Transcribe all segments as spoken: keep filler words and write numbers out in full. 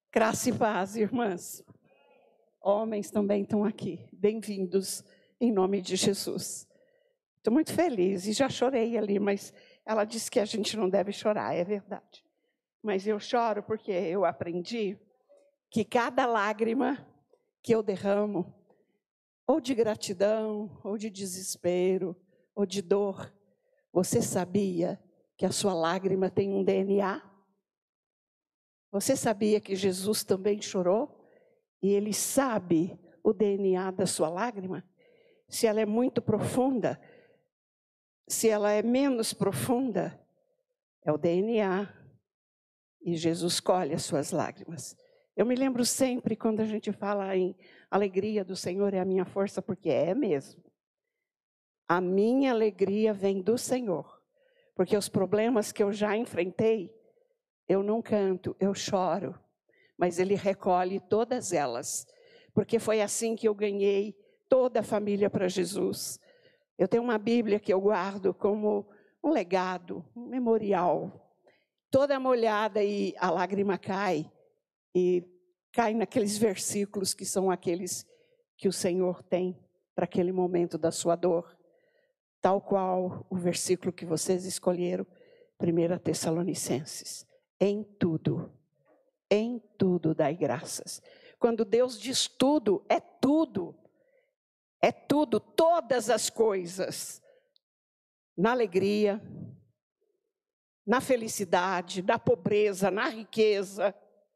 Graça e paz, irmãs. Homens também estão aqui. Bem-vindos em nome de Jesus. Estou muito feliz e já chorei ali, mas ela disse que a gente não deve chorar, é verdade. Mas eu choro porque eu aprendi que cada lágrima que eu derramo, ou de gratidão, ou de desespero, ou de dor, você sabia que a sua lágrima tem um D N A? Você sabia que Jesus também chorou? E Ele sabe o D N A da sua lágrima? Se ela é muito profunda, se ela é menos profunda, é o D N A. E Jesus colhe as suas lágrimas. Eu me lembro sempre quando a gente fala em alegria do Senhor é a minha força, porque é mesmo. A minha alegria vem do Senhor. Porque os problemas que eu já enfrentei, eu não canto, eu choro, mas Ele recolhe todas elas, porque foi assim que eu ganhei toda a família para Jesus. Eu tenho uma Bíblia que eu guardo como um legado, um memorial, toda molhada e a lágrima cai, e cai naqueles versículos que são aqueles que o Senhor tem para aquele momento da sua dor, tal qual o versículo que vocês escolheram, primeira Tessalonicenses. Em tudo, em tudo dai graças. Quando Deus diz tudo, é tudo. É tudo, todas as coisas. Na alegria, na felicidade, na pobreza, na riqueza,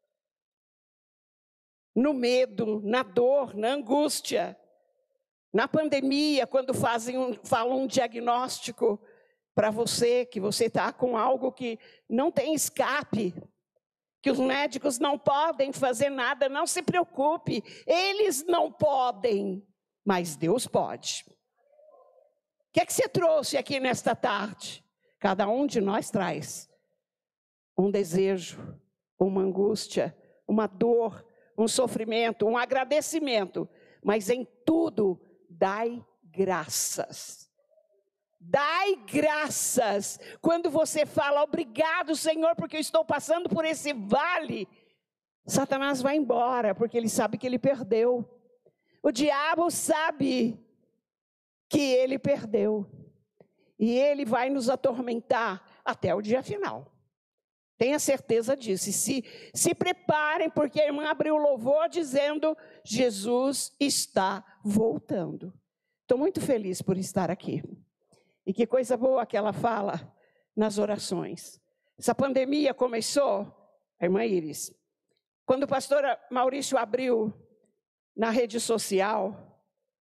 no medo, na dor, na angústia, na pandemia, quando fazem um, falam um diagnóstico para você, que você está com algo que não tem escape, que os médicos não podem fazer nada, não se preocupe, eles não podem, mas Deus pode. O que é que você trouxe aqui nesta tarde? Cada um de nós traz um desejo, uma angústia, uma dor, um sofrimento, um agradecimento, mas em tudo dai graças. Dai graças. Quando você fala, obrigado, Senhor, porque eu estou passando por esse vale, Satanás vai embora, porque ele sabe que ele perdeu. O diabo sabe que ele perdeu. E ele vai nos atormentar até o dia final. Tenha certeza disso. E se, se preparem, porque a irmã abriu o louvor dizendo, Jesus está voltando. Estou muito feliz por estar aqui. E que coisa boa que ela fala nas orações. Essa pandemia começou, a irmã Iris, quando o pastor Maurício abriu na rede social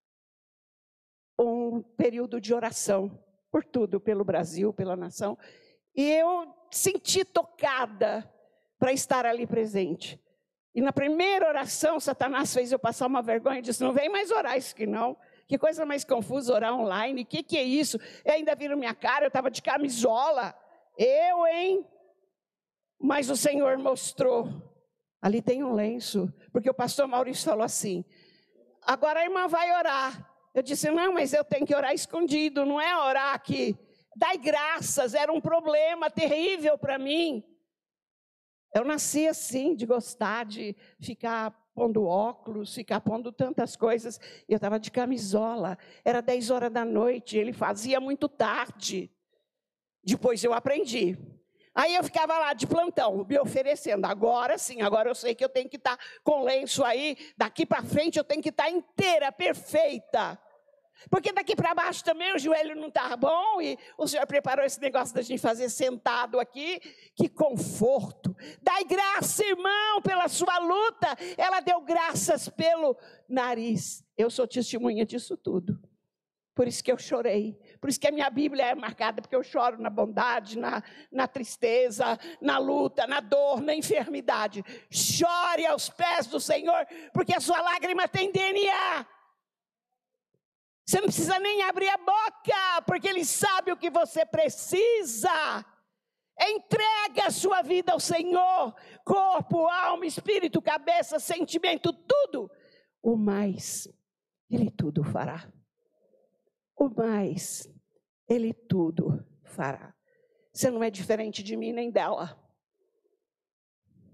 um período de oração por tudo, pelo Brasil, pela nação. E eu senti tocada para estar ali presente. E na primeira oração, Satanás fez eu passar uma vergonha e disse, não vem mais orar isso aqui não. Que coisa mais confusa orar online, o que, que é isso? Eu ainda viram minha cara, eu estava de camisola. Eu, hein? Mas o Senhor mostrou. Ali tem um lenço, porque o pastor Maurício falou assim, agora a irmã vai orar. Eu disse, não, mas eu tenho que orar escondido, não é orar aqui. Dai graças, era um problema terrível para mim. Eu nasci assim, de gostar de ficar pondo óculos, ficar pondo tantas coisas. Eu estava de camisola, era dez horas da noite, ele fazia muito tarde. Depois eu aprendi. Aí eu ficava lá de plantão, me oferecendo. Agora sim, agora eu sei que eu tenho que estar com lenço aí. Daqui para frente eu tenho que estar inteira, perfeita. Porque daqui para baixo também o joelho não está bom. E o Senhor preparou esse negócio da gente fazer sentado aqui. Que conforto. Dai graça, irmão, pela sua luta. Ela deu graças pelo nariz. Eu sou testemunha disso tudo. Por isso que eu chorei. Por isso que a minha Bíblia é marcada, porque eu choro na bondade, na, na tristeza, na luta, na dor, na enfermidade. Chore aos pés do Senhor, porque a sua lágrima tem D N A. Você não precisa nem abrir a boca, porque Ele sabe o que você precisa. Entrega a sua vida ao Senhor, corpo, alma, espírito, cabeça, sentimento, tudo. O mais, Ele tudo fará. O mais, Ele tudo fará. Você não é diferente de mim nem dela.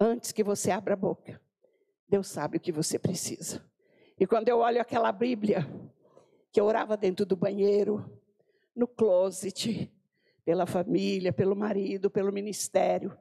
antes que você abra a boca. Deus sabe o que você precisa. E quando eu olho aquela Bíblia, que eu orava dentro do banheiro, no closet, pela família, pelo marido, pelo ministério.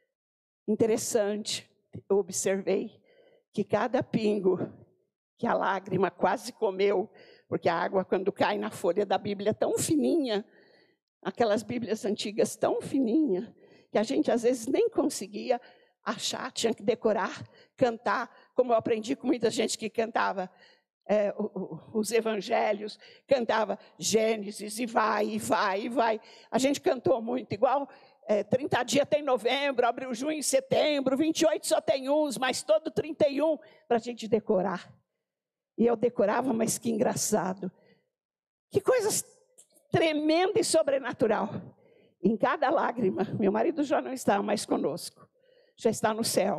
Interessante, eu observei que cada pingo que a lágrima quase comeu, porque a água quando cai na folha da Bíblia é tão fininha, aquelas Bíblias antigas tão fininha, que a gente às vezes nem conseguia achar, tinha que decorar, cantar, como eu aprendi com muita gente que cantava é, os evangelhos, cantava Gênesis, e vai, e vai, e vai. A gente cantou muito, igual é, trinta dias tem novembro, abril, junho, setembro, vinte e oito só tem uns, mas todo trinta e um, para a gente decorar. E eu decorava, mas que engraçado. Que coisa tremenda e sobrenatural. Em cada lágrima, meu marido já não está mais conosco, já está no céu.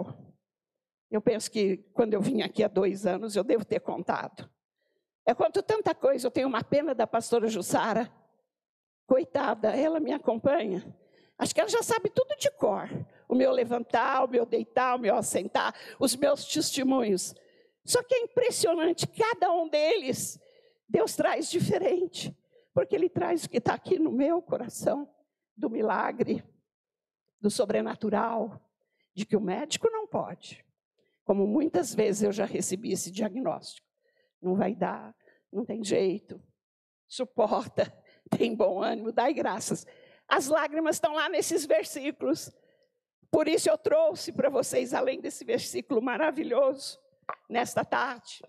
Eu penso que quando eu vim aqui há dois anos, eu devo ter contado. Eu conto tanta coisa, eu tenho uma pena da pastora Jussara. Coitada, ela me acompanha. Acho que ela já sabe tudo de cor. O meu levantar, o meu deitar, o meu assentar, os meus testemunhos. Só que é impressionante, cada um deles, Deus traz diferente. Porque Ele traz o que está aqui no meu coração, do milagre, do sobrenatural, de que o médico não pode. Como muitas vezes eu já recebi esse diagnóstico. Não vai dar, não tem jeito, suporta, tem bom ânimo, dai graças. As lágrimas estão lá nesses versículos. Por isso eu trouxe para vocês, além desse versículo maravilhoso, nesta tarde.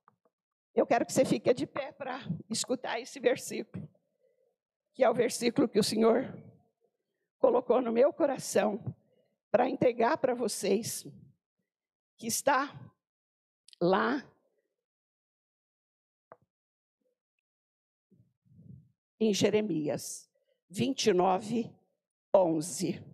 Eu quero que você fique de pé para escutar esse versículo, que é o versículo que o Senhor colocou no meu coração para entregar para vocês, que está lá em Jeremias vinte e nove, onze.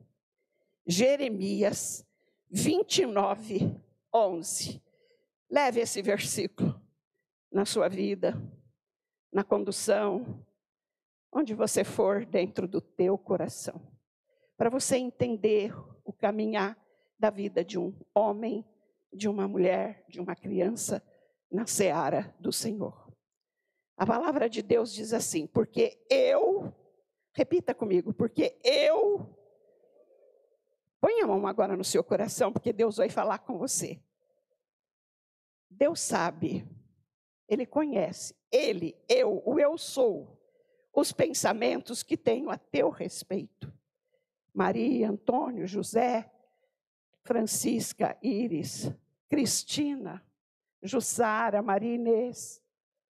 Jeremias vinte e nove, onze. Leve esse versículo na sua vida, na condução, onde você for dentro do teu coração, para você entender o caminhar da vida de um homem, de uma mulher, de uma criança, na seara do Senhor. A palavra de Deus diz assim, porque eu, repita comigo, porque eu, põe a mão agora no seu coração, porque Deus vai falar com você. Deus sabe, Ele conhece, Ele, eu, o eu sou, os pensamentos que tenho a teu respeito. Maria, Antônio, José, Francisca, Íris, Cristina, Jussara, Maria Inês,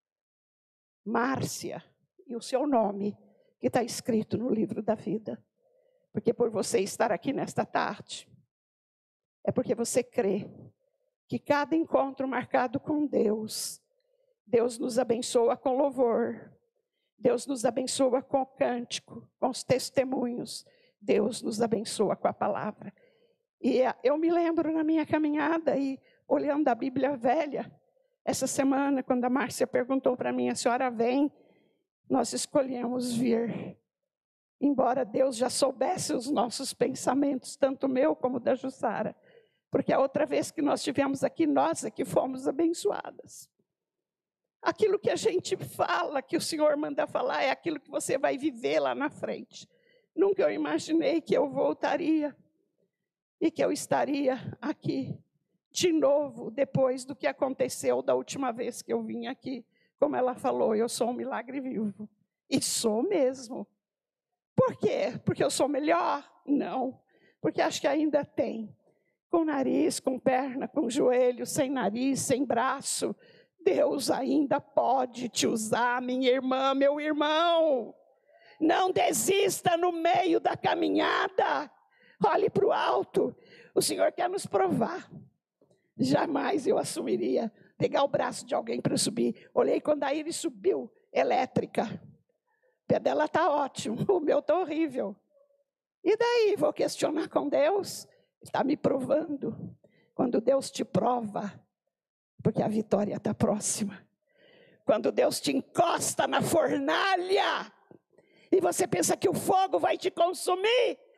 Márcia, e o seu nome, que está escrito no livro da vida. Porque por você estar aqui nesta tarde, é porque você crê que cada encontro marcado com Deus, Deus nos abençoa com louvor, Deus nos abençoa com o cântico, com os testemunhos, Deus nos abençoa com a palavra. E eu me lembro na minha caminhada e olhando a Bíblia velha, essa semana, quando a Márcia perguntou para mim, a senhora vem, nós escolhemos vir. Embora Deus já soubesse os nossos pensamentos, tanto o meu como da Jussara. Porque a outra vez que nós estivemos aqui, nós é que fomos abençoadas. Aquilo que a gente fala, que o Senhor manda falar, é aquilo que você vai viver lá na frente. Nunca eu imaginei que eu voltaria e que eu estaria aqui de novo, depois do que aconteceu da última vez que eu vim aqui. Como ela falou, eu sou um milagre vivo. E sou mesmo. Por quê? Porque eu sou melhor? Não. Porque acho que ainda tem. Com nariz, com perna, com joelho, sem nariz, sem braço. Deus ainda pode te usar, minha irmã, meu irmão. Não desista no meio da caminhada. Olhe para o alto. O Senhor quer nos provar. Jamais eu assumiria pegar o braço de alguém para subir. Olhei quando a Iris subiu, elétrica. O pé dela está ótimo, o meu está horrível. E daí, vou questionar com Deus? Está me provando. Quando Deus te prova, porque a vitória está próxima. Quando Deus te encosta na fornalha, e você pensa que o fogo vai te consumir,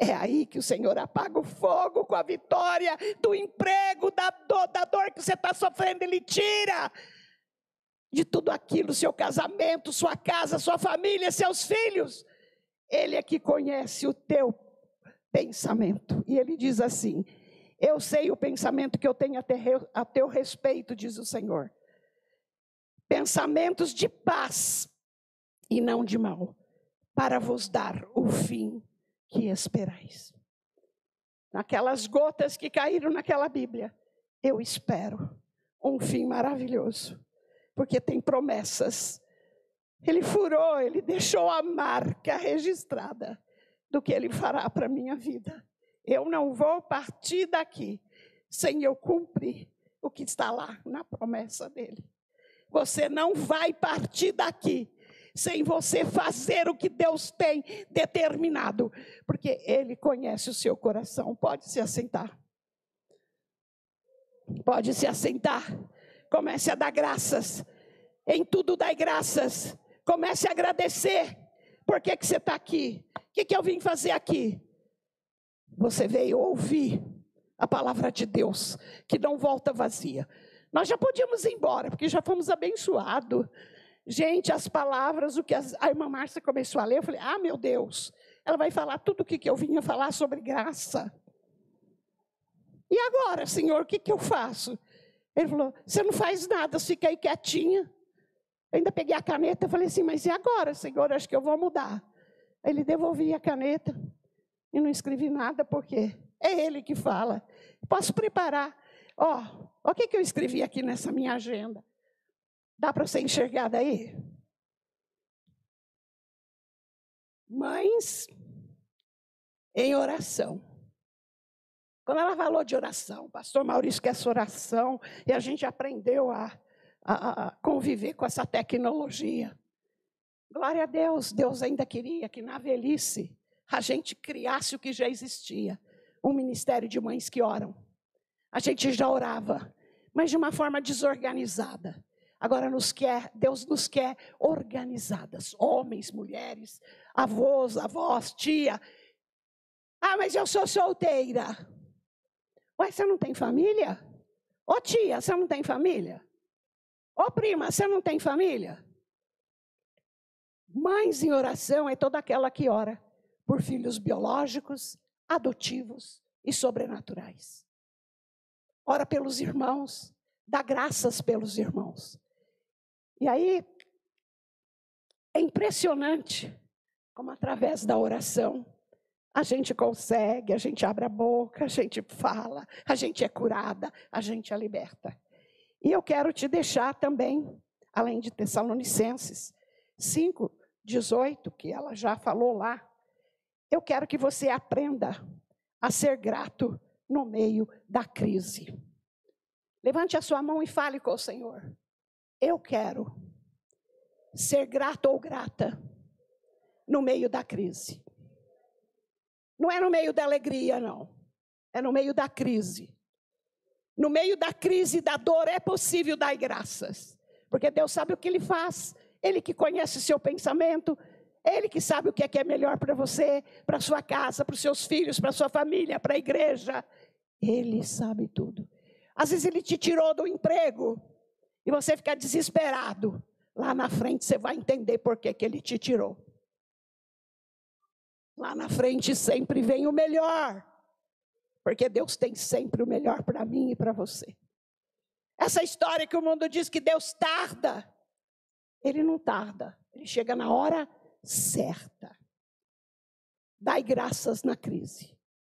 É aí que o Senhor apaga o fogo com a vitória do emprego, da dor, da dor que você está sofrendo, Ele tira de tudo aquilo, seu casamento, sua casa, sua família, seus filhos. Ele é que conhece o teu pensamento. E Ele diz assim: eu sei o pensamento que eu tenho a, ter, a teu respeito, diz o Senhor. Pensamentos de paz e não de mal, para vos dar o fim que esperais. Naquelas gotas que caíram naquela Bíblia, eu espero um fim maravilhoso, porque tem promessas. Ele furou, Ele deixou a marca registrada do que Ele fará para a minha vida. Eu não vou partir daqui sem eu cumprir o que está lá na promessa dEle. Você não vai partir daqui sem você fazer o que Deus tem determinado, porque Ele conhece o seu coração. Pode se assentar. Pode se assentar. Comece a dar graças. Em tudo dai graças. Comece a agradecer. Por que que você está aqui? O que que eu vim fazer aqui? Você veio ouvir a palavra de Deus, que não volta vazia. Nós já podíamos ir embora, porque já fomos abençoados. Gente, as palavras, o que a irmã Márcia começou a ler, eu falei, ah, meu Deus, ela vai falar tudo o que eu vinha falar sobre graça. E agora, Senhor, o que que eu faço? Ele falou, você não faz nada, fica aí quietinha. Eu ainda peguei a caneta e falei assim, mas e agora, Senhor, acho que eu vou mudar. Aí ele devolvia a caneta e não escrevi nada, porque é Ele que fala. Posso preparar. Ó, ó o que que eu escrevi aqui nessa minha agenda. Dá para você enxergar daí? Mães em oração. Quando ela falou de oração, o pastor Maurício quer essa oração, e a gente aprendeu a, a, a conviver com essa tecnologia. Glória a Deus, Deus ainda queria que na velhice a gente criasse o que já existia. Um ministério de mães que oram. A gente já orava, mas de uma forma desorganizada. Agora nos quer, Deus nos quer organizadas, homens, mulheres, avós, avós, tia. Ah, mas eu sou solteira. Ué, você não tem família? Ô tia, você não tem família? Ô prima, você não tem família? Mães em oração é toda aquela que ora por filhos biológicos, adotivos e sobrenaturais. Ora pelos irmãos, dá graças pelos irmãos. E aí, é impressionante como através da oração, a gente consegue, a gente abre a boca, a gente fala, a gente é curada, a gente é liberta. E eu quero te deixar também, além de Tessalonicenses cinco, dezoito, que ela já falou lá, eu quero que você aprenda a ser grato no meio da crise. Levante a sua mão e fale com o Senhor. Eu quero ser grato ou grata no meio da crise. Não é no meio da alegria, não. É no meio da crise. No meio da crise e da dor é possível dar graças. Porque Deus sabe o que Ele faz. Ele que conhece o seu pensamento. Ele que sabe o que é, que é melhor para você, para a sua casa, para os seus filhos, para a sua família, para a igreja. Ele sabe tudo. Às vezes Ele te tirou do emprego e você fica desesperado. Lá na frente você vai entender por que que Ele te tirou. Lá na frente sempre vem o melhor. Porque Deus tem sempre o melhor para mim e para você. Essa história que o mundo diz que Deus tarda. Ele não tarda. Ele chega na hora certa. Dai graças na crise.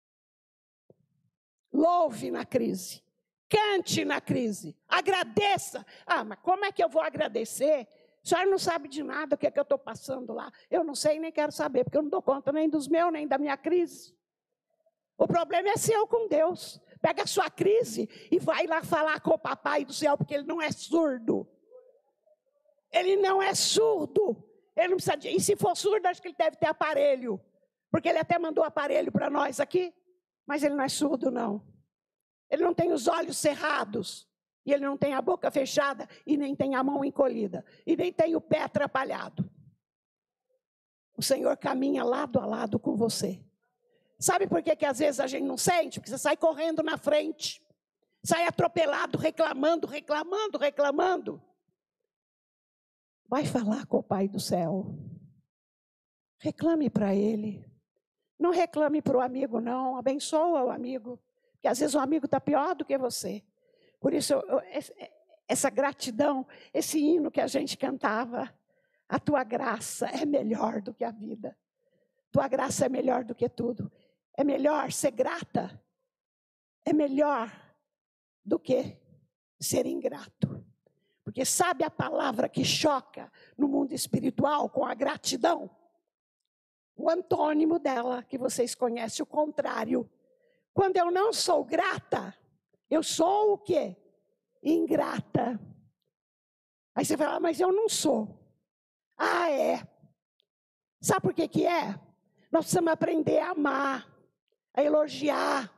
Louve na crise. Cante na crise. Agradeça. Ah, mas como é que eu vou agradecer? A senhora não sabe de nada o que é que eu estou passando lá. Eu não sei nem quero saber, porque eu não dou conta nem dos meus, nem da minha crise. O problema é seu com Deus. Pega a sua crise e vai lá falar com o papai do céu, porque ele não é surdo. Ele não é surdo. Ele não precisa de... E se for surdo, acho que ele deve ter aparelho. Porque ele até mandou aparelho para nós aqui. Mas ele não é surdo, não. Ele não tem os olhos cerrados. E ele não tem a boca fechada. E nem tem a mão encolhida. E nem tem o pé atrapalhado. O Senhor caminha lado a lado com você. Sabe por que, que às vezes a gente não sente? Porque você sai correndo na frente, sai atropelado, reclamando, reclamando, reclamando. Vai falar com o Pai do céu. Reclame para Ele. Não reclame para o amigo, não. Abençoa o amigo. Porque às vezes o amigo está pior do que você. Por isso, eu, essa gratidão, esse hino que a gente cantava, a tua graça é melhor do que a vida. Tua graça é melhor do que tudo. É melhor ser grata. É melhor do que ser ingrato. Porque sabe a palavra que choca no mundo espiritual com a gratidão? O antônimo dela, que vocês conhecem, o contrário. Quando eu não sou grata, eu sou o quê? Ingrata. Aí você fala, mas eu não sou. Ah, é. Sabe por que que é? Nós precisamos aprender a amar, a elogiar.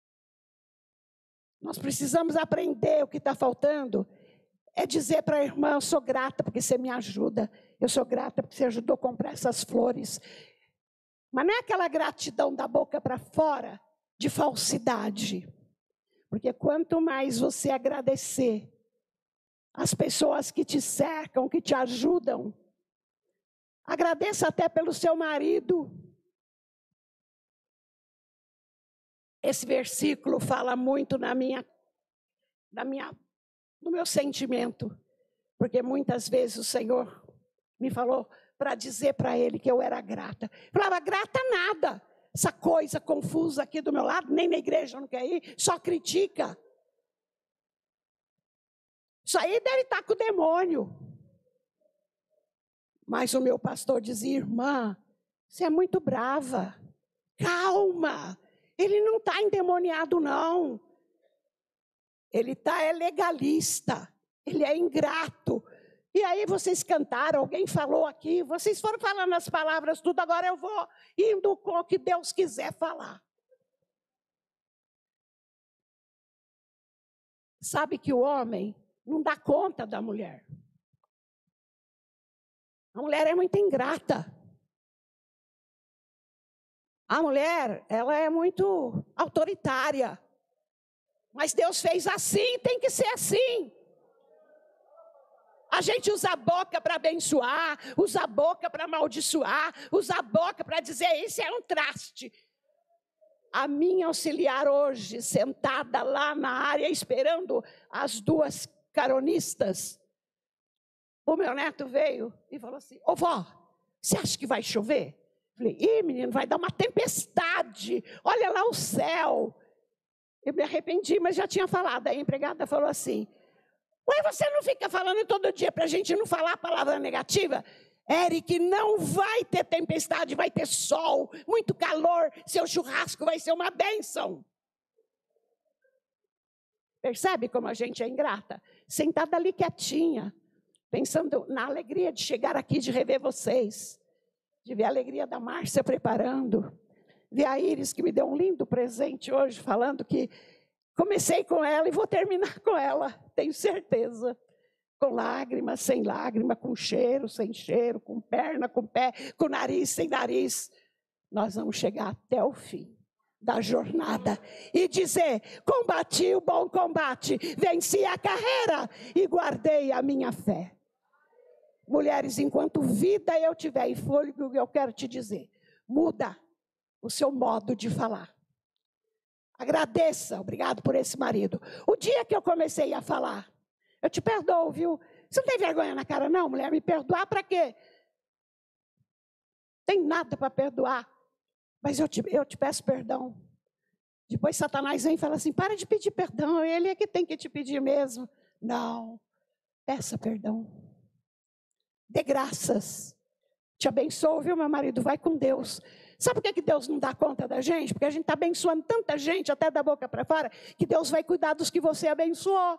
Nós precisamos aprender. O que está faltando é dizer para a irmã, eu sou grata porque você me ajuda. Eu sou grata porque você ajudou a comprar essas flores. Mas não é aquela gratidão da boca para fora, de falsidade. Porque quanto mais você agradecer as pessoas que te cercam, que te ajudam, agradeça até pelo seu marido. Esse versículo fala muito na minha, na minha, no meu sentimento. Porque muitas vezes o Senhor me falou para dizer para Ele que eu era grata. Eu falava, grata nada. Essa coisa confusa aqui do meu lado, nem na igreja não quer ir, só critica. Isso aí deve estar com o demônio. Mas o meu pastor dizia, irmã, você é muito brava. Calma, ele não está endemoniado não. Ele está é legalista, ele é ingrato. E aí vocês cantaram, alguém falou aqui, vocês foram falando as palavras tudo, agora eu vou indo com o que Deus quiser falar. Sabe que o homem não dá conta da mulher. A mulher é muito ingrata. A mulher, ela é muito autoritária. Mas Deus fez assim, tem que ser assim. A gente usa a boca para abençoar, usa a boca para amaldiçoar, usa a boca para dizer, isso é um traste. A minha auxiliar hoje, sentada lá na área, esperando as duas caronistas, o meu neto veio e falou assim, ô vó, você acha que vai chover? Falei, ih menino, vai dar uma tempestade, olha lá o céu. Eu me arrependi, mas já tinha falado. Aí a empregada falou assim, ué, você não fica falando todo dia para a gente não falar a palavra negativa? Eric, não vai ter tempestade, vai ter sol, muito calor, seu churrasco vai ser uma bênção. Percebe como a gente é ingrata? Sentada ali quietinha, pensando na alegria de chegar aqui, de rever vocês, de ver a alegria da Márcia preparando, ver a Iris que me deu um lindo presente hoje, falando que comecei com ela e vou terminar com ela, tenho certeza. Com lágrima, sem lágrima, com cheiro, sem cheiro, com perna, com pé, com nariz, sem nariz. Nós vamos chegar até o fim da jornada e dizer, combati o bom combate, venci a carreira e guardei a minha fé. Mulheres, enquanto vida eu tiver e fôlego, eu quero te dizer, muda o seu modo de falar. Agradeça, obrigado por esse marido. O dia que eu comecei a falar, eu te perdoo, viu? Você não tem vergonha na cara não, mulher? Me perdoar para quê? Tem nada para perdoar. Mas eu te, eu te peço perdão. Depois Satanás vem e fala assim, para de pedir perdão, ele é que tem que te pedir mesmo. Não, peça perdão. Dê graças. Te abençoo, viu, meu marido? Vai com Deus. Sabe por que Deus não dá conta da gente? Porque a gente está abençoando tanta gente, até da boca para fora, que Deus vai cuidar dos que você abençoou.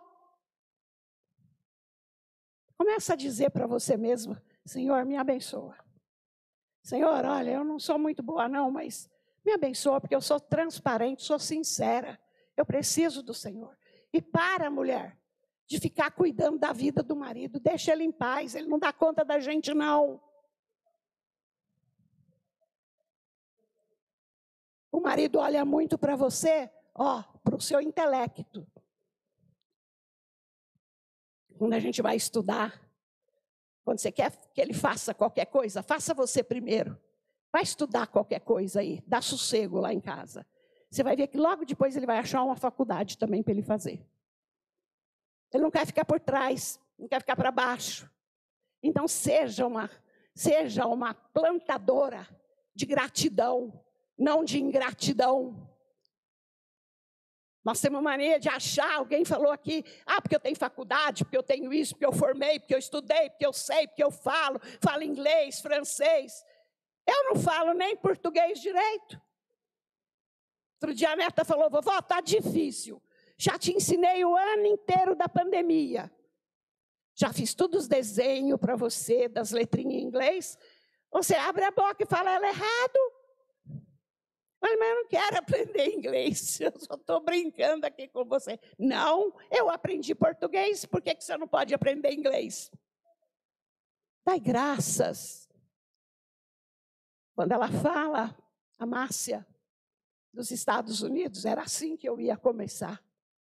Começa a dizer para você mesmo, Senhor, me abençoa. Senhor, olha, eu não sou muito boa não, mas me abençoa, porque eu sou transparente, sou sincera. Eu preciso do Senhor. E para, mulher, de ficar cuidando da vida do marido, deixa ele em paz, ele não dá conta da gente não. O marido olha muito para você, ó, para o seu intelecto. Quando a gente vai estudar, quando você quer que ele faça qualquer coisa, faça você primeiro. Vai estudar qualquer coisa aí, dá sossego lá em casa. Você vai ver que logo depois ele vai achar uma faculdade também para ele fazer. Ele não quer ficar por trás, não quer ficar para baixo. Então seja uma, seja uma plantadora de gratidão, não de ingratidão. Nós temos mania de achar, alguém falou aqui, ah, porque eu tenho faculdade, porque eu tenho isso, porque eu formei, porque eu estudei, porque eu sei, porque eu falo, falo inglês, francês. Eu não falo nem português direito. Outro dia a neta falou, vovó, está difícil. Já te ensinei o ano inteiro da pandemia. Já fiz todos os desenhos para você, das letrinhas em inglês. Você abre a boca e fala ela errado. Mas eu não quero aprender inglês, eu só estou brincando aqui com você. Não, eu aprendi português, por que você não pode aprender inglês? Dai graças. Quando ela fala, a Márcia, dos Estados Unidos, era assim que eu ia começar.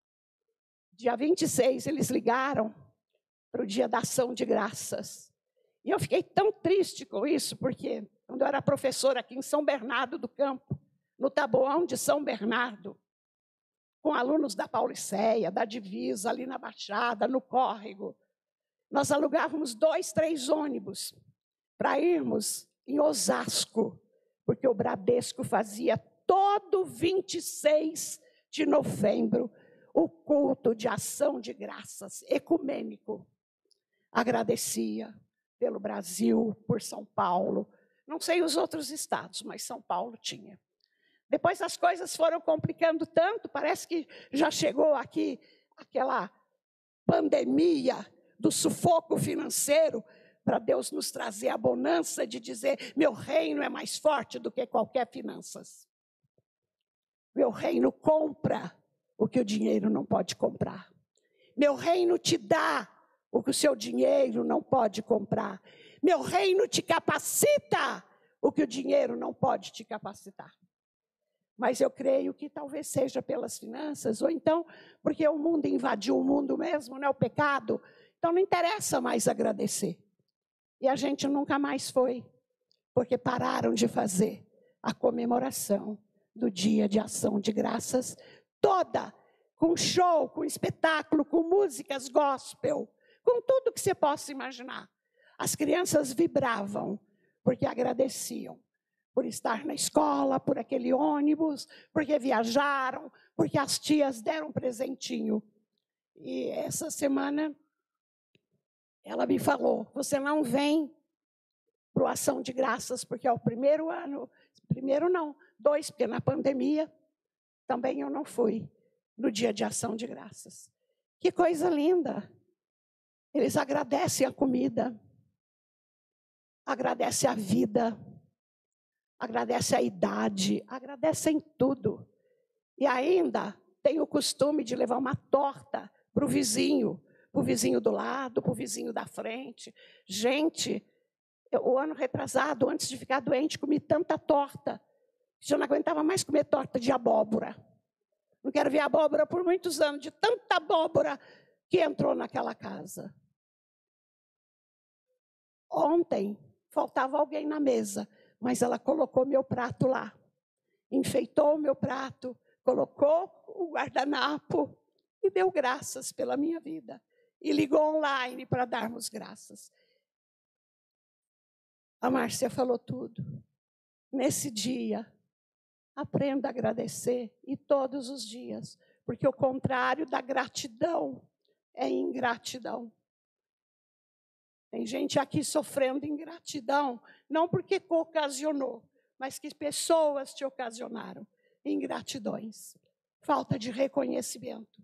Dia vinte e seis, eles ligaram para o dia da ação de graças. E eu fiquei tão triste com isso, porque quando eu era professora aqui em São Bernardo do Campo, no Taboão de São Bernardo, com alunos da Pauliceia, da Divisa, ali na Baixada, no Córrego. Nós alugávamos dois, três ônibus para irmos em Osasco, porque o Bradesco fazia todo vinte e seis de novembro o culto de ação de graças ecumênico. Agradecia pelo Brasil, por São Paulo. Não sei os outros estados, mas São Paulo tinha. Depois as coisas foram complicando tanto, parece que já chegou aqui aquela pandemia do sufoco financeiro, para Deus nos trazer a bonança de dizer, meu reino é mais forte do que qualquer finanças. Meu reino compra o que o dinheiro não pode comprar. Meu reino te dá o que o seu dinheiro não pode comprar. Meu reino te capacita o que o dinheiro não pode te capacitar. Mas eu creio que talvez seja pelas finanças, ou então porque o mundo invadiu o mundo mesmo, né, o pecado. Então não interessa mais agradecer. E a gente nunca mais foi, porque pararam de fazer a comemoração do dia de ação de graças, toda, com show, com espetáculo, com músicas gospel, com tudo que você possa imaginar. As crianças vibravam, porque agradeciam por estar na escola, por aquele ônibus, porque viajaram, porque as tias deram um presentinho. E essa semana, ela me falou, você não vem para o Ação de Graças, porque é o primeiro ano, primeiro não, dois, porque na pandemia também eu não fui no dia de Ação de Graças. Que coisa linda! Eles agradecem a comida, agradecem a vida, agradecem a idade, agradecem tudo. E ainda tem o costume de levar uma torta para o vizinho, para o vizinho do lado, para o vizinho da frente. Gente, eu, o ano retrasado, antes de ficar doente, comi tanta torta, que eu não aguentava mais comer torta de abóbora. Não quero ver abóbora por muitos anos, de tanta abóbora que entrou naquela casa. Ontem, faltava alguém na mesa, mas ela colocou meu prato lá. Enfeitou o meu prato, colocou o guardanapo e deu graças pela minha vida. E ligou online para darmos graças. A Márcia falou tudo. Nesse dia, aprenda a agradecer, e todos os dias, porque o contrário da gratidão é ingratidão. Tem gente aqui sofrendo ingratidão, não porque ocasionou, mas que pessoas te ocasionaram ingratidões. Falta de reconhecimento.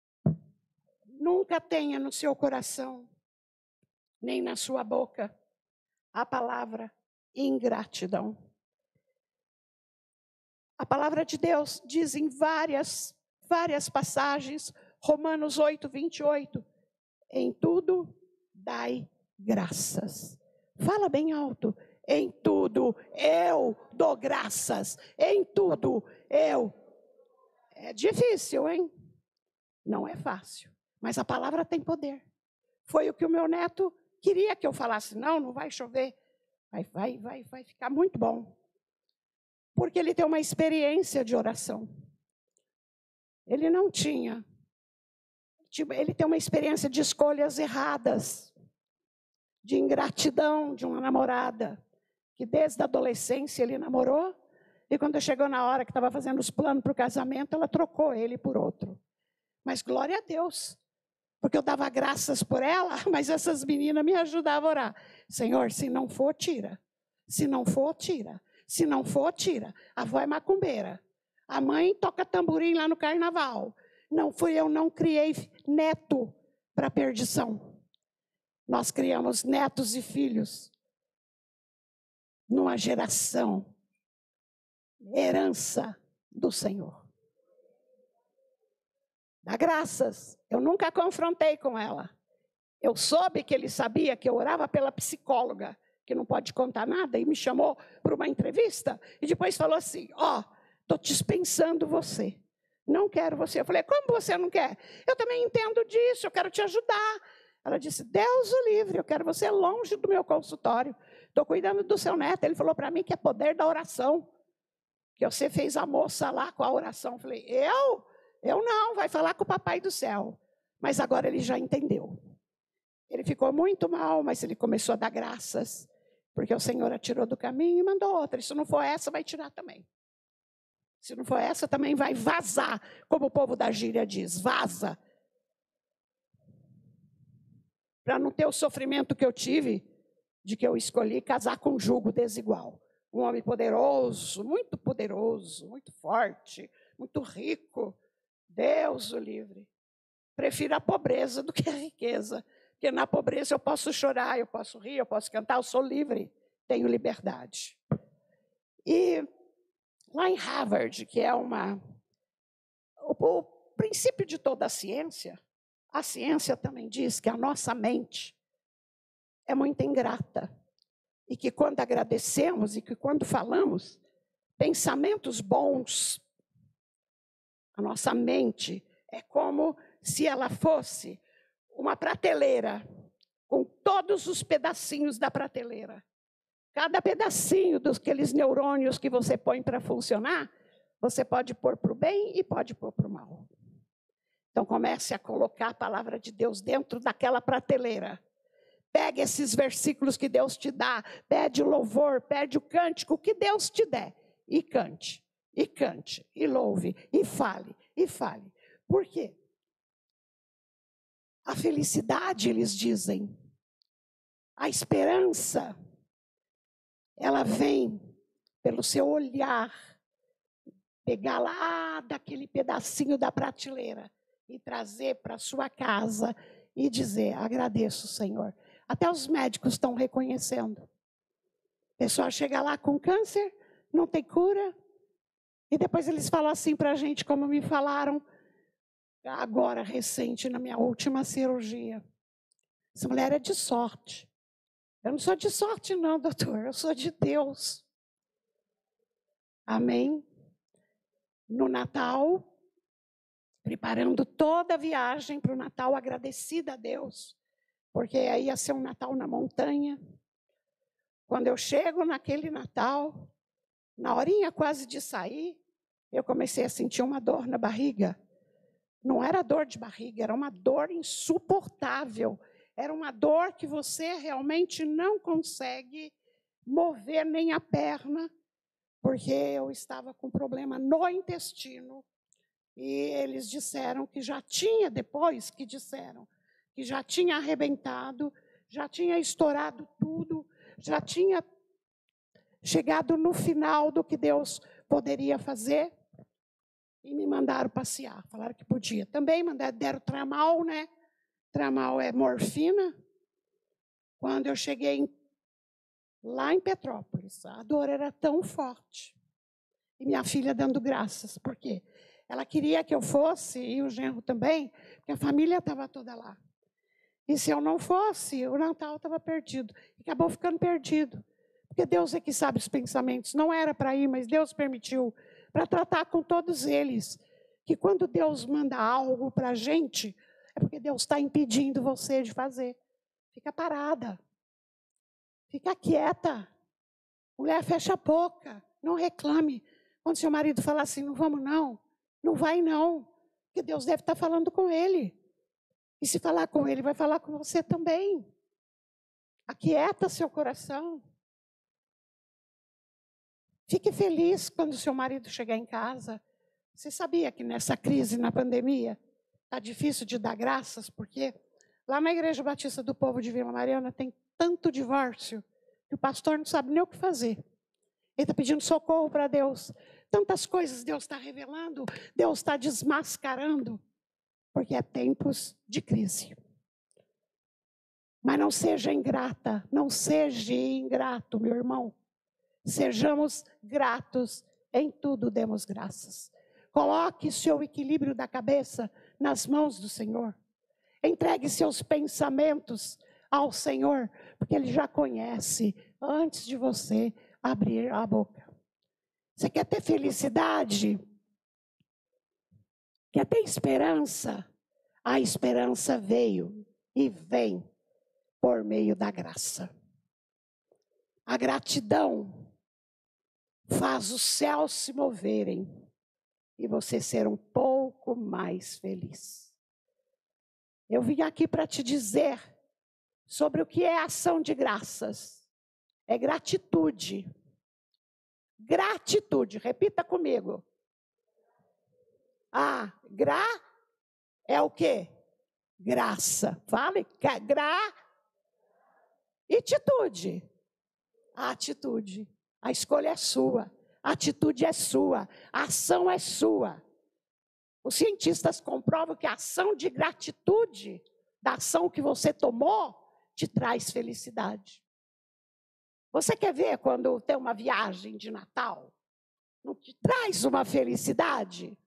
Nunca tenha no seu coração, nem na sua boca, a palavra ingratidão. A palavra de Deus diz em várias, várias passagens, Romanos oito, vinte e oito, em tudo dai graças. Fala bem alto. Em tudo eu dou graças. Em tudo eu. É difícil, hein? Não é fácil. Mas a palavra tem poder. Foi o que o meu neto queria que eu falasse. Não, não vai chover. Vai, vai, vai, vai ficar muito bom. Porque ele tem uma experiência de oração. Ele não tinha. Ele tem uma experiência de escolhas erradas. De ingratidão de uma namorada. Que desde a adolescência ele namorou. E quando chegou na hora que estava fazendo os planos para o casamento, ela trocou ele por outro. Mas glória a Deus. Porque eu dava graças por ela, mas essas meninas me ajudavam a orar. Senhor, se não for, tira. Se não for, tira. Se não for, tira. A avó é macumbeira. A mãe toca tamborim lá no carnaval. Não fui eu, não criei neto para perdição. Nós criamos netos e filhos numa geração, herança do Senhor. Dá graças. Eu nunca confrontei com ela. Eu soube que ele sabia que eu orava pela psicóloga, que não pode contar nada, e me chamou para uma entrevista, e depois falou assim, ó, oh, estou dispensando você. Não quero você. Eu falei, como você não quer? Eu também entendo disso, eu quero te ajudar. Ela disse, Deus o livre, eu quero você longe do meu consultório. Estou cuidando do seu neto. Ele falou para mim que é poder da oração. Que você fez a moça lá com a oração. Eu falei, eu? Eu não, vai falar com o papai do céu. Mas agora ele já entendeu. Ele ficou muito mal, mas ele começou a dar graças. Porque o Senhor a tirou do caminho e mandou outra. E se não for essa, vai tirar também. Se não for essa, também vai vazar. Como o povo da gíria diz, vaza. Para não ter o sofrimento que eu tive, de que eu escolhi casar com um jugo desigual. Um homem poderoso, muito poderoso, muito forte, muito rico. Deus o livre. Prefiro a pobreza do que a riqueza. Porque na pobreza eu posso chorar, eu posso rir, eu posso cantar, eu sou livre, tenho liberdade. E lá em Harvard, que é uma... O, o princípio de toda a ciência, a ciência também diz que a nossa mente é muito ingrata. E que quando agradecemos e que quando falamos pensamentos bons, a nossa mente é como se ela fosse uma prateleira com todos os pedacinhos da prateleira. Cada pedacinho dos aqueles neurônios que você põe para funcionar, você pode pôr para o bem e pode pôr para o mal. Então comece a colocar a palavra de Deus dentro daquela prateleira. Pegue esses versículos que Deus te dá, pede o louvor, pede o cântico que Deus te der. E cante, e cante, e louve, e fale, e fale. Por quê? A felicidade, eles dizem, a esperança, ela vem pelo seu olhar, pegar lá daquele pedacinho da prateleira e trazer para a sua casa e dizer, agradeço, Senhor. Até os médicos estão reconhecendo. A pessoa chega lá com câncer, não tem cura, e depois eles falam assim para a gente, como me falaram, agora, recente, na minha última cirurgia. Essa mulher é de sorte. Eu não sou de sorte não, doutor, eu sou de Deus. Amém? No Natal, preparando toda a viagem para o Natal, agradecida a Deus, porque aí ia ser um Natal na montanha. Quando eu chego naquele Natal, na horinha quase de sair, eu comecei a sentir uma dor na barriga. Não era dor de barriga, era uma dor insuportável. Era uma dor que você realmente não consegue mover nem a perna, porque eu estava com problema no intestino. E eles disseram que já tinha, depois que disseram, que já tinha arrebentado, já tinha estourado tudo, já tinha chegado no final do que Deus poderia fazer. E me mandaram passear, falaram que podia. Também mandaram, deram tramal, né? Tramal é morfina. Quando eu cheguei em, lá em Petrópolis, a dor era tão forte. E minha filha dando graças, por quê? Ela queria que eu fosse, e o genro também, porque a família estava toda lá. E se eu não fosse, o Natal estava perdido. E acabou ficando perdido. Porque Deus é que sabe os pensamentos. Não era para ir, mas Deus permitiu para tratar com todos eles. Que quando Deus manda algo para a gente, é porque Deus está impedindo você de fazer. Fica parada. Fica quieta. Mulher, fecha a boca. Não reclame. Quando seu marido falar assim, não vamos não. Não vai não. Porque Deus deve estar falando com ele. E se falar com ele, vai falar com você também. Aquieta seu coração. Fique feliz quando seu marido chegar em casa. Você sabia que nessa crise, na pandemia, está difícil de dar graças? Porque lá na Igreja Batista do Povo de Vila Mariana tem tanto divórcio que o pastor não sabe nem o que fazer. Ele está pedindo socorro para Deus. Tantas coisas Deus está revelando, Deus está desmascarando, porque é tempos de crise. Mas não seja ingrata, não seja ingrato, meu irmão. Sejamos gratos, em tudo demos graças. Coloque seu equilíbrio da cabeça nas mãos do Senhor. Entregue seus pensamentos ao Senhor, porque Ele já conhece antes de você abrir a boca. Você quer ter felicidade? Quer ter esperança? A esperança veio e vem por meio da graça. A gratidão faz os céus se moverem e você ser um pouco mais feliz. Eu vim aqui para te dizer sobre o que é ação de graças. É gratitude. Gratitude, repita comigo. Ah, gra é o quê? Graça. Fale, gra. Atitude. A atitude. A escolha é sua. A atitude é sua. A ação é sua. Os cientistas comprovam que a ação de gratitude, da ação que você tomou, te traz felicidade. Você quer ver quando tem uma viagem de Natal? Não te traz uma felicidade?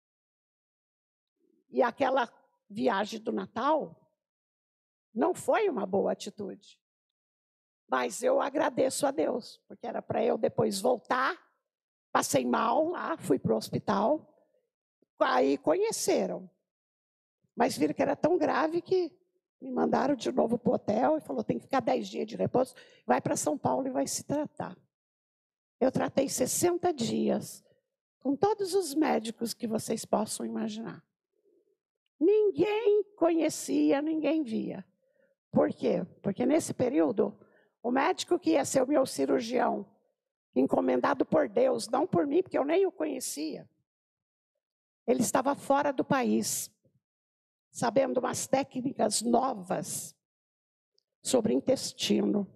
E aquela viagem do Natal não foi uma boa atitude. Mas eu agradeço a Deus, porque era para eu depois voltar. Passei mal lá, fui para o hospital. Aí conheceram. Mas viram que era tão grave que me mandaram de novo para o hotel e falou, tem que ficar dez dias de repouso, vai para São Paulo e vai se tratar. Eu tratei sessenta dias com todos os médicos que vocês possam imaginar. Ninguém conhecia, ninguém via. Por quê? Porque nesse período, o médico que ia ser o meu cirurgião, encomendado por Deus, não por mim, porque eu nem o conhecia, ele estava fora do país, sabendo umas técnicas novas sobre intestino.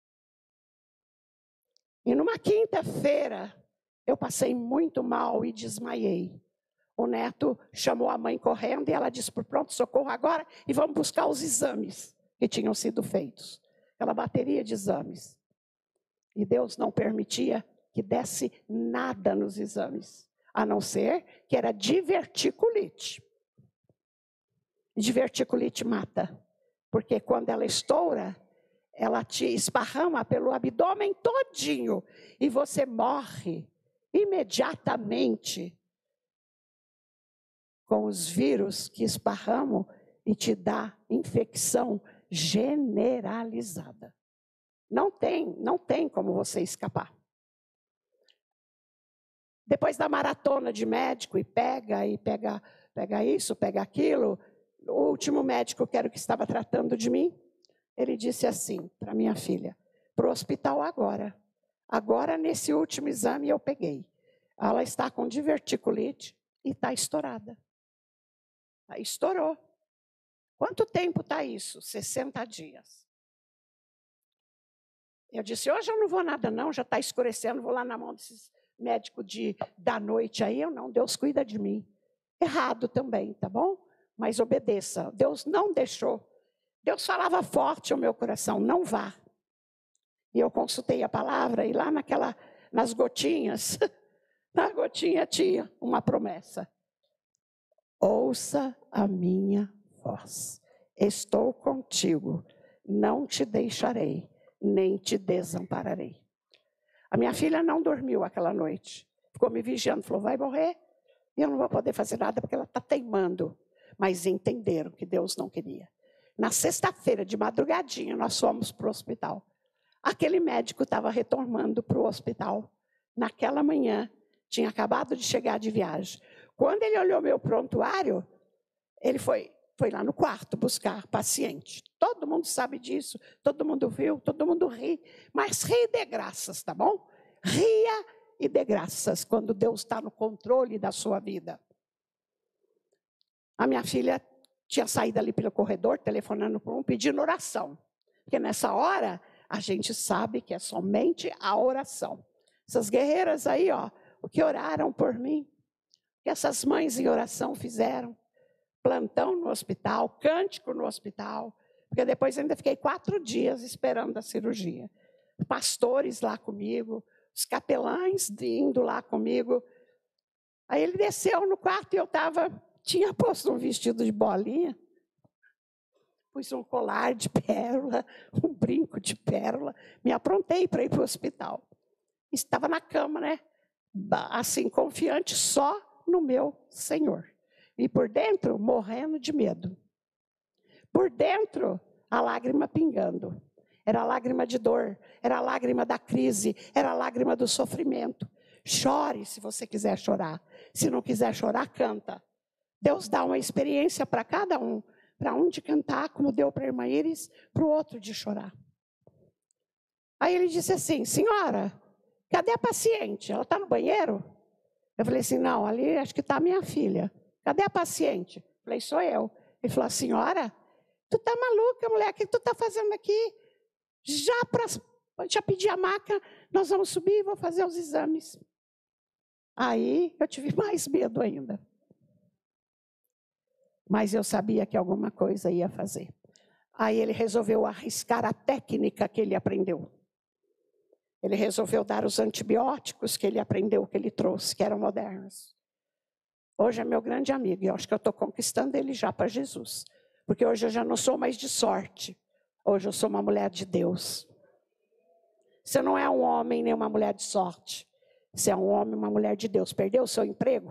E numa quinta-feira, eu passei muito mal e desmaiei. O neto chamou a mãe correndo e ela disse, por pronto-socorro agora, e vamos buscar os exames que tinham sido feitos. Aquela bateria de exames. E Deus não permitia que desse nada nos exames, a não ser que era diverticulite. Diverticulite mata, porque quando ela estoura, ela te esparrama pelo abdômen todinho e você morre imediatamente com os vírus que esparramam e te dá infecção generalizada. Não tem, não tem como você escapar. Depois da maratona de médico, e pega, e pega, pega isso, pega aquilo, o último médico, que era o que estava tratando de mim, ele disse assim para minha filha, para o hospital agora. Agora, nesse último exame, eu peguei. Ela está com diverticulite e está estourada. Aí estourou. Quanto tempo está isso? sessenta dias. Eu disse, hoje eu não vou nada não, já está escurecendo, vou lá na mão desses médicos de, da noite aí. Eu não, Deus cuida de mim. Errado também, tá bom? Mas obedeça. Deus não deixou. Deus falava forte ao meu coração, não vá. E eu consultei a palavra e lá naquela, nas gotinhas, na gotinha tinha uma promessa. Ouça a minha voz. Estou contigo, não te deixarei, nem te desampararei. A minha filha não dormiu aquela noite. Ficou me vigiando, falou, vai morrer. E eu não vou poder fazer nada porque ela está teimando. Mas entenderam que Deus não queria. Na sexta-feira, de madrugadinha, nós fomos para o hospital. Aquele médico estava retornando para o hospital. Naquela manhã, tinha acabado de chegar de viagem. Quando ele olhou meu prontuário, ele foi, foi lá no quarto buscar paciente. Todo mundo sabe disso, todo mundo viu, todo mundo ri. Mas ri de graças, tá bom? Ria e dê graças quando Deus está no controle da sua vida. A minha filha tinha saído ali pelo corredor, telefonando para um, pedindo oração. Porque nessa hora, a gente sabe que é somente a oração. Essas guerreiras aí, ó, o que oraram por mim, o que essas mães em oração fizeram. Plantão no hospital, cântico no hospital. Porque depois ainda fiquei quatro dias esperando a cirurgia. Pastores lá comigo, os capelães indo lá comigo. Aí ele desceu no quarto e eu estava, tinha posto um vestido de bolinha, pus um colar de pérola, um brinco de pérola, me aprontei para ir para o hospital. Estava na cama, né? Assim, confiante só no meu Senhor. E por dentro, morrendo de medo. Por dentro, a lágrima pingando. Era a lágrima de dor, era a lágrima da crise, era a lágrima do sofrimento. Chore se você quiser chorar. Se não quiser chorar, canta. Deus dá uma experiência para cada um. Para um de cantar, como deu para a irmã Iris, para o outro de chorar. Aí ele disse assim, senhora, cadê a paciente? Ela está no banheiro? Eu falei assim, não, ali acho que está a minha filha. Cadê a paciente? Eu falei, sou eu. Ele falou, senhora, tu está maluca, mulher, o que tu está fazendo aqui? Já para já pedir a maca, nós vamos subir e vou fazer os exames. Aí eu tive mais medo ainda. Mas eu sabia que alguma coisa ia fazer. Aí ele resolveu arriscar a técnica que ele aprendeu. Ele resolveu dar os antibióticos que ele aprendeu, que ele trouxe, que eram modernos. Hoje é meu grande amigo, e eu acho que eu estou conquistando ele já para Jesus. Porque hoje eu já não sou mais de sorte. Hoje eu sou uma mulher de Deus. Você não é um homem nem uma mulher de sorte. Você é um homem, uma mulher de Deus. Perdeu o seu emprego?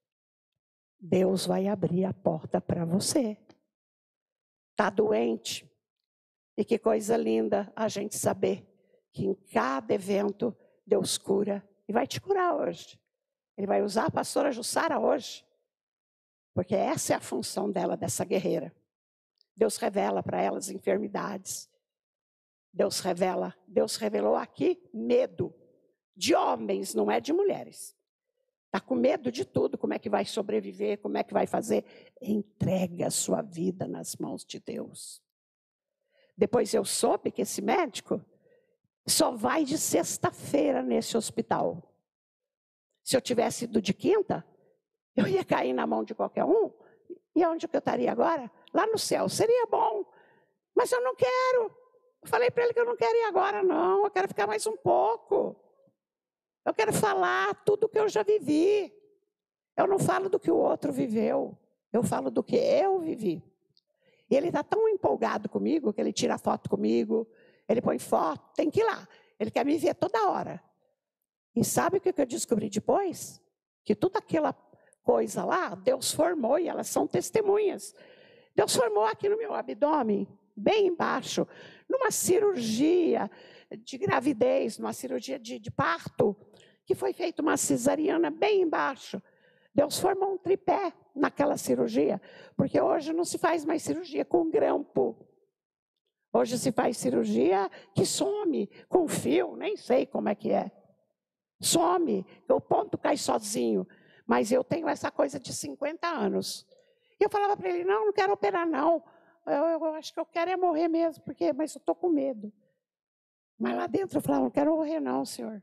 Deus vai abrir a porta para você. Está doente? E que coisa linda a gente saber que em cada evento Deus cura. E vai te curar hoje. Ele vai usar a pastora Jussara hoje. Porque essa é a função dela, dessa guerreira. Deus revela para ela as enfermidades. Deus revela, Deus revelou aqui medo de homens, não é de mulheres. Está com medo de tudo, como é que vai sobreviver, como é que vai fazer. Entrega a sua vida nas mãos de Deus. Depois eu soube que esse médico só vai de sexta-feira nesse hospital. Se eu tivesse ido de quinta, eu ia cair na mão de qualquer um. E onde que eu estaria agora? Lá no céu. Seria bom, mas eu não quero. Eu falei para ele que eu não quero ir agora, não. Eu quero ficar mais um pouco. Eu quero falar tudo que eu já vivi. Eu não falo do que o outro viveu. Eu falo do que eu vivi. E ele está tão empolgado comigo que ele tira foto comigo. Ele põe foto, tem que ir lá. Ele quer me ver toda hora. E sabe o que eu descobri depois? Que toda aquela coisa lá, Deus formou e elas são testemunhas. Deus formou aqui no meu abdômen, bem embaixo, numa cirurgia de gravidez, numa cirurgia de, de parto, que foi feita uma cesariana bem embaixo. Deus formou um tripé naquela cirurgia, porque hoje não se faz mais cirurgia com grampo. Hoje se faz cirurgia que some, com fio, nem sei como é que é. Some, o ponto cai sozinho. Mas eu tenho essa coisa de cinquenta anos. E eu falava para ele, não, não quero operar não. Eu, eu acho que eu quero é morrer mesmo, porque, mas eu estou com medo. Mas lá dentro eu falava, não quero morrer não, senhor.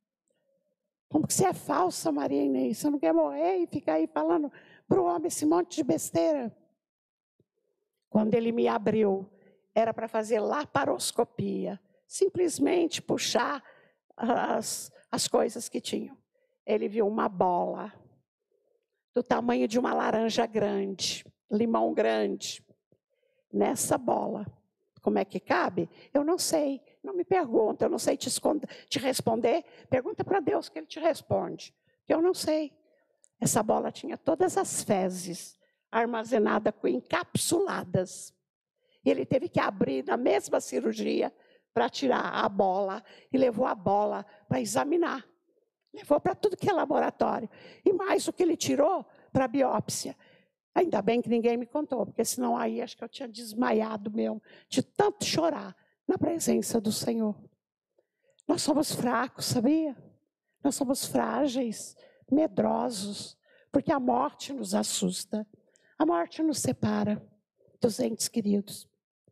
Como que você é falsa, Maria Inês? Você não quer morrer e ficar aí falando para o homem esse monte de besteira? Quando ele me abriu, era para fazer laparoscopia. Simplesmente puxar as, as coisas que tinham. Ele viu uma bola do tamanho de uma laranja grande, limão grande. Nessa bola, como é que cabe? Eu não sei. Não me pergunta, eu não sei te, esconder, te responder. Pergunta para Deus que Ele te responde. Que eu não sei. Essa bola tinha todas as fezes armazenadas, encapsuladas. E ele teve que abrir na mesma cirurgia para tirar a bola. E levou a bola para examinar. Levou para tudo que é laboratório. E mais o que ele tirou para a biópsia. Ainda bem que ninguém me contou, porque senão aí acho que eu tinha desmaiado mesmo, de tanto chorar na presença do Senhor. Nós somos fracos, sabia? Nós somos frágeis, medrosos, porque a morte nos assusta. A morte nos separa dos entes queridos.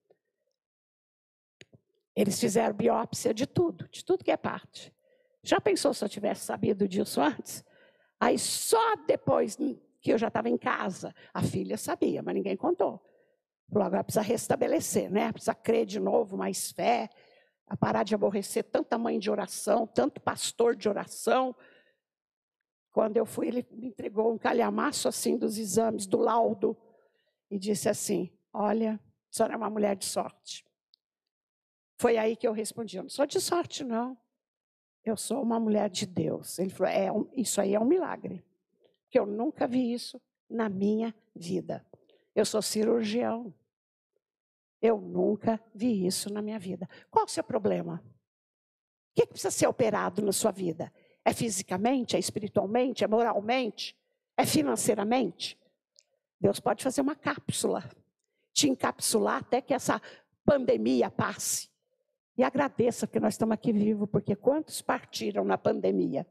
Eles fizeram biópsia de tudo, de tudo que é parte. Já pensou se eu tivesse sabido disso antes? Aí só depois que eu já estava em casa, a filha sabia, mas ninguém contou. Falou, agora precisa restabelecer, né? Precisa crer de novo, mais fé, a parar de aborrecer tanta mãe de oração, tanto pastor de oração. Quando eu fui, ele me entregou um calhamaço assim dos exames, do laudo, e disse assim, olha, a senhora é uma mulher de sorte. Foi aí que eu respondi, eu não sou de sorte, não. Eu sou uma mulher de Deus. Ele falou, é, isso aí é um milagre. Porque eu nunca vi isso na minha vida. Eu sou cirurgião. Eu nunca vi isso na minha vida. Qual o seu problema? O que precisa ser operado na sua vida? É fisicamente? É espiritualmente? É moralmente? É financeiramente? Deus pode fazer uma cápsula, te encapsular até que essa pandemia passe. E agradeça que nós estamos aqui vivos, porque quantos partiram na pandemia?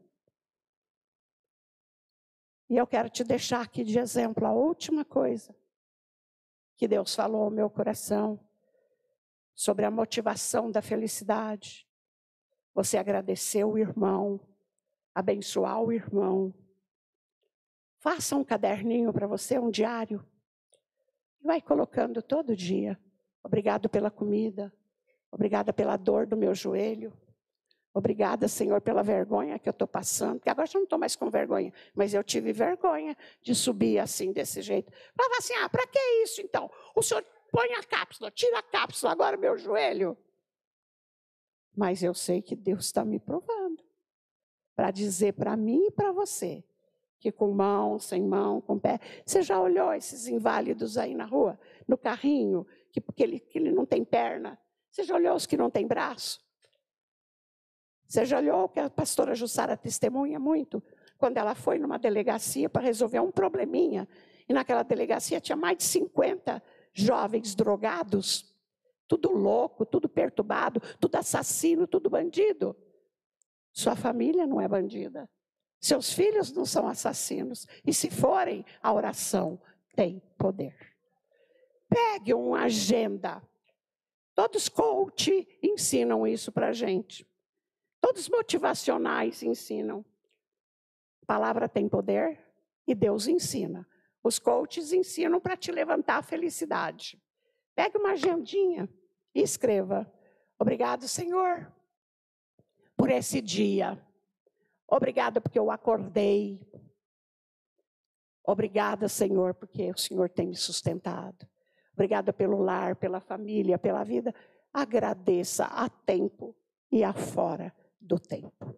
E eu quero te deixar aqui de exemplo a última coisa que Deus falou ao meu coração sobre a motivação da felicidade. Você agradecer o irmão, abençoar o irmão. Faça um caderninho para você, um diário. E vai colocando todo dia. Obrigado pela comida. Obrigada pela dor do meu joelho. Obrigada, Senhor, pela vergonha que eu estou passando. Porque agora eu não estou mais com vergonha. Mas eu tive vergonha de subir assim, desse jeito. Falava assim, ah, para que isso então? O Senhor põe a cápsula, tira a cápsula, agora meu joelho. Mas eu sei que Deus está me provando. Para dizer para mim e para você. Que com mão, sem mão, com pé. Você já olhou esses inválidos aí na rua? No carrinho, que, porque ele, que ele não tem perna. Você já olhou os que não têm braço? Você já olhou que a pastora Jussara testemunha muito? Quando ela foi numa delegacia para resolver um probleminha, e naquela delegacia tinha mais de cinquenta jovens drogados, tudo louco, tudo perturbado, tudo assassino, tudo bandido. Sua família não é bandida. Seus filhos não são assassinos. E se forem, a oração tem poder. Pegue uma agenda. Todos coach ensinam isso para a gente. Todos motivacionais ensinam. A palavra tem poder e Deus ensina. Os coaches ensinam para te levantar a felicidade. Pegue uma agendinha e escreva. Obrigado, Senhor, por esse dia. Obrigada porque eu acordei. Obrigada, Senhor, porque o Senhor tem me sustentado. Obrigada pelo lar, pela família, pela vida. Agradeça a tempo e a fora do tempo.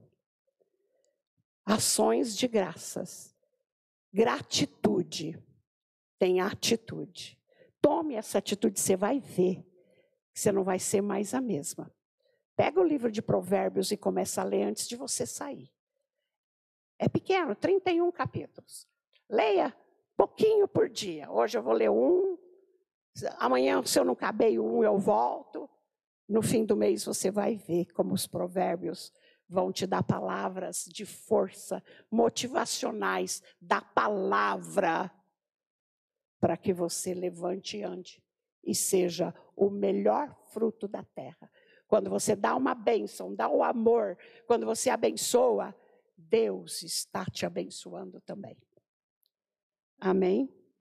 Ações de graças. Gratitude. Tem atitude. Tome essa atitude, você vai ver que você não vai ser mais a mesma. Pega o livro de Provérbios e começa a ler antes de você sair. É pequeno, trinta e um capítulos. Leia pouquinho por dia. Hoje eu vou ler um. Amanhã, se eu não caber um, eu volto. No fim do mês você vai ver como os provérbios vão te dar palavras de força, motivacionais, da palavra, para que você levante e ande e seja o melhor fruto da terra. Quando você dá uma bênção, dá o amor, quando você abençoa, Deus está te abençoando também. Amém?